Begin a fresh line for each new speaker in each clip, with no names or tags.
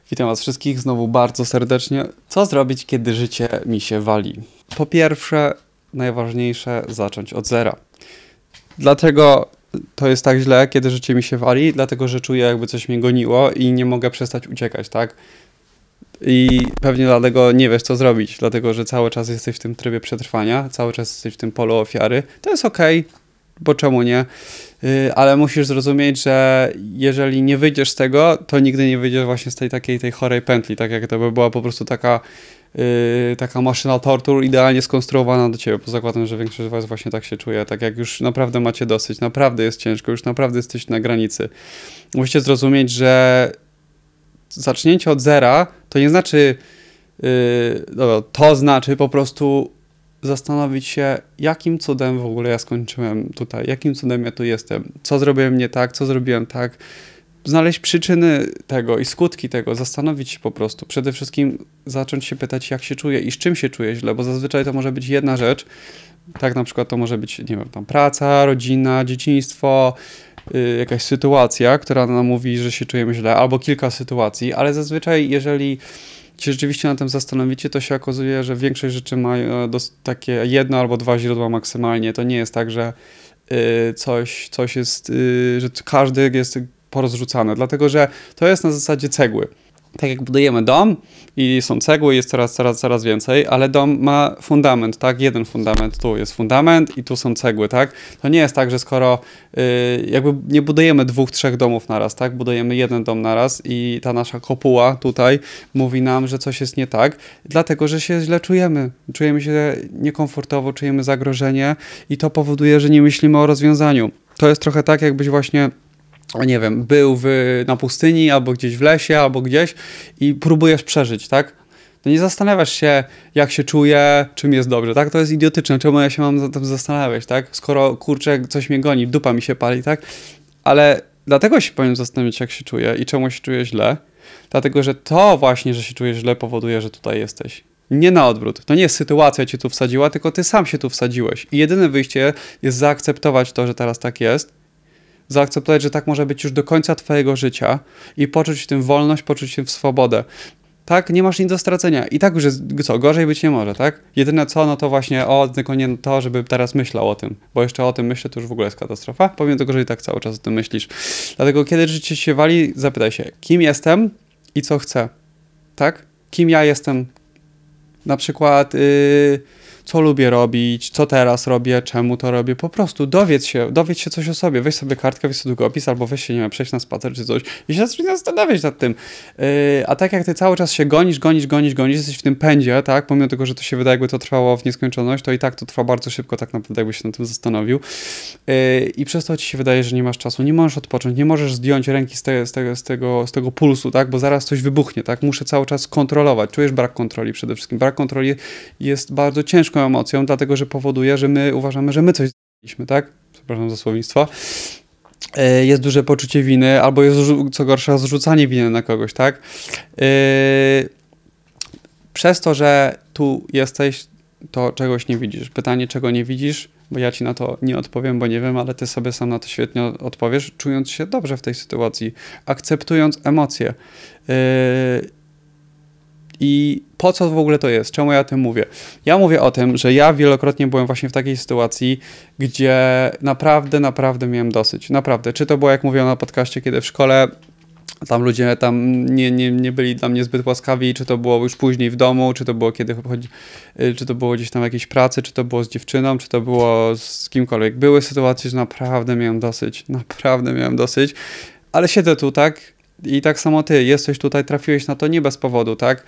Witam Was wszystkich znowu bardzo serdecznie. Co zrobić, kiedy życie mi się wali? Po pierwsze, najważniejsze, zacząć od zera. Dlaczego to jest tak źle, kiedy życie mi się wali? Dlatego, że czuję, jakby coś mnie goniło i nie mogę przestać uciekać, tak? I pewnie dlatego nie wiesz, co zrobić, dlatego, że cały czas jesteś w tym trybie przetrwania, cały czas jesteś w tym polu ofiary. To jest okej, bo czemu nie? Ale musisz zrozumieć, że jeżeli nie wyjdziesz z tego, to nigdy nie wyjdziesz właśnie z tej chorej pętli, tak jak to by była po prostu taka maszyna tortur idealnie skonstruowana do ciebie, po zakładem, że większość z was właśnie tak się czuje, tak jak już naprawdę macie dosyć, naprawdę jest ciężko, już naprawdę jesteś na granicy. Musicie zrozumieć, że zacznięcie od zera to nie znaczy, to znaczy po prostu zastanowić się, jakim cudem w ogóle ja skończyłem tutaj, jakim cudem ja tu jestem, co zrobiłem nie tak, co zrobiłem tak, znaleźć przyczyny tego i skutki tego, zastanowić się po prostu. Przede wszystkim zacząć się pytać, jak się czuję i z czym się czuję źle, bo zazwyczaj to może być jedna rzecz, tak na przykład to może być, nie wiem, tam praca, rodzina, dzieciństwo, jakaś sytuacja, która nam mówi, że się czujemy źle, albo kilka sytuacji, ale zazwyczaj jeżeli się rzeczywiście nad tym zastanowicie, to się okazuje, że większość rzeczy ma takie jedno albo dwa źródła maksymalnie. To nie jest tak, że coś jest, że każdy jest porozrzucane, dlatego że to jest na zasadzie cegły. Tak jak budujemy dom i są cegły, jest coraz więcej, ale dom ma fundament, tak? Jeden fundament, tu jest fundament i tu są cegły, tak? To nie jest tak, że skoro jakby nie budujemy 2-3 domów naraz, tak? Budujemy jeden dom naraz i ta nasza kopuła tutaj mówi nam, że coś jest nie tak, dlatego, że się źle czujemy. Czujemy się niekomfortowo, czujemy zagrożenie i to powoduje, że nie myślimy o rozwiązaniu. To jest trochę tak, jakbyś właśnie nie wiem, był na pustyni, albo gdzieś w lesie, albo gdzieś i próbujesz przeżyć, tak? No nie zastanawiasz się, jak się czuję, czym jest dobrze, tak? To jest idiotyczne, czemu ja się mam tym zastanawiać, tak? Skoro, kurczę, coś mnie goni, dupa mi się pali, tak? Ale dlatego się powinien zastanowić, jak się czuję i czemu się czuję źle, dlatego, że to właśnie, że się czujesz źle, powoduje, że tutaj jesteś. Nie na odwrót. To nie jest sytuacja cię tu wsadziła, tylko ty sam się tu wsadziłeś. I jedyne wyjście jest zaakceptować to, że teraz tak jest, zaakceptować, że tak może być już do końca twojego życia i poczuć w tym wolność, poczuć w tym swobodę. Tak, nie masz nic do stracenia. I tak już jest, co, gorzej być nie może, tak? Jedyne co, no to właśnie, tylko nie to, żeby teraz myślał o tym, bo jeszcze o tym myślę, to już w ogóle jest katastrofa. Powiem tego, że i tak cały czas o tym myślisz. Dlatego, kiedy życie się wali, zapytaj się, kim jestem i co chcę, tak? Kim ja jestem? Na przykład, co lubię robić, co teraz robię, czemu to robię. Po prostu dowiedz się coś o sobie. Weź sobie kartkę, weź sobie długopis, albo weź się, nie wiem, przejść na spacer czy coś i się zacznij zastanawiać nad tym. A tak jak ty cały czas się gonisz, jesteś w tym pędzie, tak, pomimo tego, że to się wydaje, jakby to trwało w nieskończoność, to i tak to trwa bardzo szybko, tak naprawdę, jakbyś się nad tym zastanowił. I przez to ci się wydaje, że nie masz czasu, nie możesz odpocząć, nie możesz zdjąć ręki z tego pulsu, tak, bo zaraz coś wybuchnie, tak, muszę cały czas kontrolować, czujesz brak kontroli przede wszystkim. Brak kontroli jest bardzo ciężką emocją, dlatego, że powoduje, że my uważamy, że my coś zrobiliśmy, tak? Przepraszam za słownictwo. Jest duże poczucie winy, albo jest, co gorsza, zrzucanie winy na kogoś, tak? Przez to, że tu jesteś, to czegoś nie widzisz. Pytanie, czego nie widzisz, bo ja ci na to nie odpowiem, bo nie wiem, ale ty sobie sam na to świetnie odpowiesz, czując się dobrze w tej sytuacji, akceptując emocje. I po co w ogóle to jest? Czemu ja o tym mówię? Ja mówię o tym, że ja wielokrotnie byłem właśnie w takiej sytuacji, gdzie naprawdę miałem dosyć. Naprawdę. Czy to było, jak mówiłem na podcaście, kiedy w szkole tam ludzie nie byli dla mnie zbyt łaskawi, czy to było już później w domu, czy to było czy to było gdzieś tam w jakiejś pracy, czy to było z dziewczyną, czy to było z kimkolwiek. Były sytuacje, że naprawdę miałem dosyć, ale siedzę tu, tak? I tak samo ty, jesteś tutaj, trafiłeś na to nie bez powodu, tak?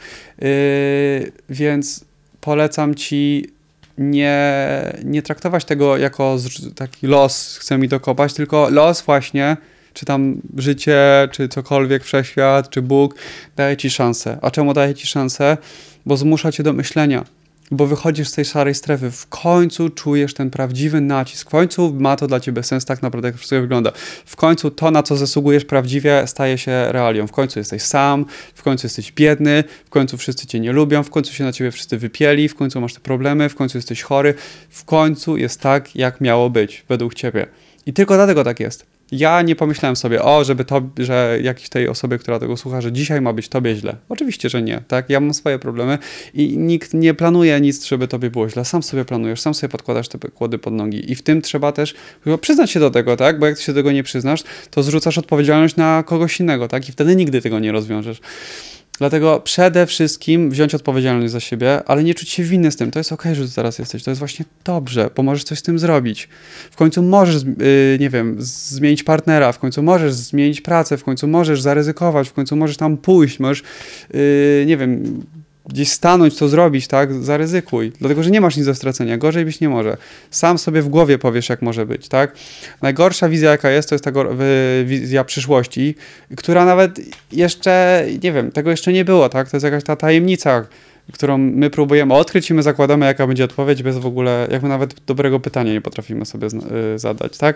Więc polecam ci nie traktować tego jako taki los, chce mi dokopać, tylko los właśnie, czy tam życie, czy cokolwiek, wszechświat, czy Bóg daje ci szansę. A czemu daje ci szansę? Bo zmusza cię do myślenia. Bo wychodzisz z tej szarej strefy, w końcu czujesz ten prawdziwy nacisk, w końcu ma to dla ciebie sens tak naprawdę, jak wszystko wygląda. W końcu to, na co zasługujesz prawdziwie, staje się realią. W końcu jesteś sam, w końcu jesteś biedny, w końcu wszyscy cię nie lubią, w końcu się na ciebie wszyscy wypieli, w końcu masz te problemy, w końcu jesteś chory, w końcu jest tak, jak miało być, według ciebie. I tylko dlatego tak jest. Ja nie pomyślałem sobie, że jakiejś tej osobie, która tego słucha, że dzisiaj ma być tobie źle. Oczywiście, że nie, tak? Ja mam swoje problemy i nikt nie planuje nic, żeby tobie było źle. Sam sobie planujesz, sam sobie podkładasz te kłody pod nogi i w tym trzeba też chyba przyznać się do tego, tak? Bo jak ty się do tego nie przyznasz, to zrzucasz odpowiedzialność na kogoś innego, tak? I wtedy nigdy tego nie rozwiążesz. Dlatego przede wszystkim wziąć odpowiedzialność za siebie, ale nie czuć się winny z tym. To jest okej, że tu teraz jesteś. To jest właśnie dobrze, bo możesz coś z tym zrobić. W końcu możesz, nie wiem, zmienić partnera, w końcu możesz zmienić pracę, w końcu możesz zaryzykować, w końcu możesz tam pójść, możesz, nie wiem, gdzieś stanąć, to zrobić, tak? Zaryzykuj. Dlatego, że nie masz nic do stracenia. Gorzej być nie może. Sam sobie w głowie powiesz, jak może być, tak? Najgorsza wizja, jaka jest, to jest ta wizja przyszłości, która nawet jeszcze, nie wiem, tego jeszcze nie było, tak? To jest jakaś ta tajemnica, którą my próbujemy odkryć i my zakładamy, jaka będzie odpowiedź, bez w ogóle, jak my nawet dobrego pytania nie potrafimy sobie zadać, tak?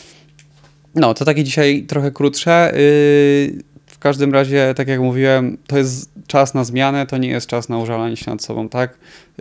No, to takie dzisiaj trochę krótsze. W każdym razie, tak jak mówiłem, to jest czas na zmianę, to nie jest czas na użalanie się nad sobą, tak?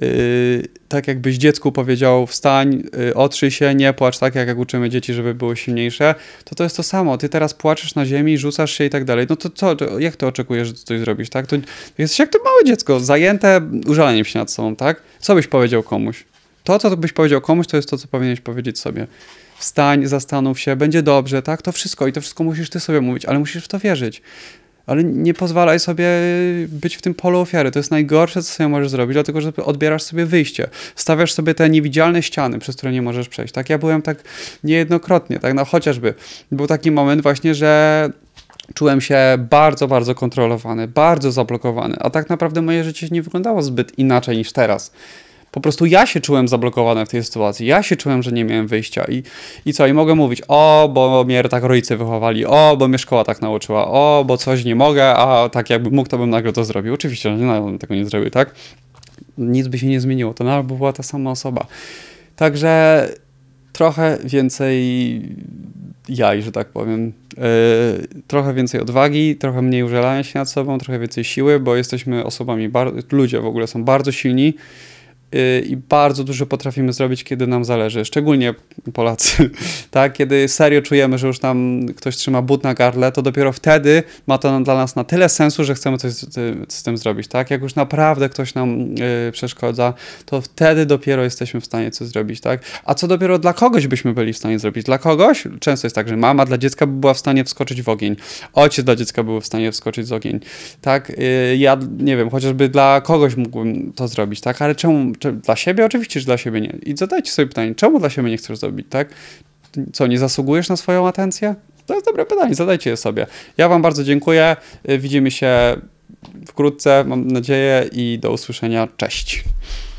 Tak jakbyś dziecku powiedział, wstań, otrzyj się, nie płacz, tak jak uczymy dzieci, żeby były silniejsze, to jest to samo. Ty teraz płaczesz na ziemi, rzucasz się i tak dalej. No to co, jak to oczekujesz, że coś zrobisz, tak? To jesteś jak to małe dziecko, zajęte użalaniem się nad sobą, tak? Co byś powiedział komuś? To, co byś powiedział komuś, to jest to, co powinieneś powiedzieć sobie. Wstań, zastanów się, będzie dobrze, tak? To wszystko musisz ty sobie mówić, ale musisz w to wierzyć. Ale nie pozwalaj sobie być w tym polu ofiary. To jest najgorsze, co sobie możesz zrobić, dlatego że odbierasz sobie wyjście. Stawiasz sobie te niewidzialne ściany, przez które nie możesz przejść. Tak, ja byłem tak niejednokrotnie, tak, no chociażby. Był taki moment właśnie, że czułem się bardzo, bardzo kontrolowany, bardzo zablokowany, a tak naprawdę moje życie nie wyglądało zbyt inaczej niż teraz. Po prostu ja się czułem zablokowany w tej sytuacji. Ja się czułem, że nie miałem wyjścia. I co? I mogę mówić, bo mnie tak rodzice wychowali, bo mnie szkoła tak nauczyła, bo coś nie mogę, a tak jakbym mógł, to bym nagle to zrobił. Oczywiście, że bym tego nie zrobił, tak? Nic by się nie zmieniło. To nadal by była ta sama osoba. Także trochę więcej jaj, że tak powiem. Trochę więcej odwagi, trochę mniej użalania się nad sobą, trochę więcej siły, bo jesteśmy osobami, ludzie w ogóle są bardzo silni, i bardzo dużo potrafimy zrobić, kiedy nam zależy. Szczególnie Polacy, tak? Kiedy serio czujemy, że już nam ktoś trzyma but na gardle, to dopiero wtedy ma to dla nas na tyle sensu, że chcemy coś z tym zrobić, tak? Jak już naprawdę ktoś nam przeszkadza, to wtedy dopiero jesteśmy w stanie coś zrobić, tak? A co dopiero dla kogoś byśmy byli w stanie zrobić? Dla kogoś? Często jest tak, że mama dla dziecka by była w stanie wskoczyć w ogień. Ojciec dla dziecka był w stanie wskoczyć w ogień, tak? Ja, nie wiem, chociażby dla kogoś mógłbym to zrobić, tak? Ale czemu dla siebie? Oczywiście, że dla siebie nie. I zadajcie sobie pytanie, czemu dla siebie nie chcesz zrobić, tak? Co, nie zasługujesz na swoją atencję? To jest dobre pytanie, zadajcie je sobie. Ja wam bardzo dziękuję, widzimy się wkrótce, mam nadzieję, i do usłyszenia. Cześć.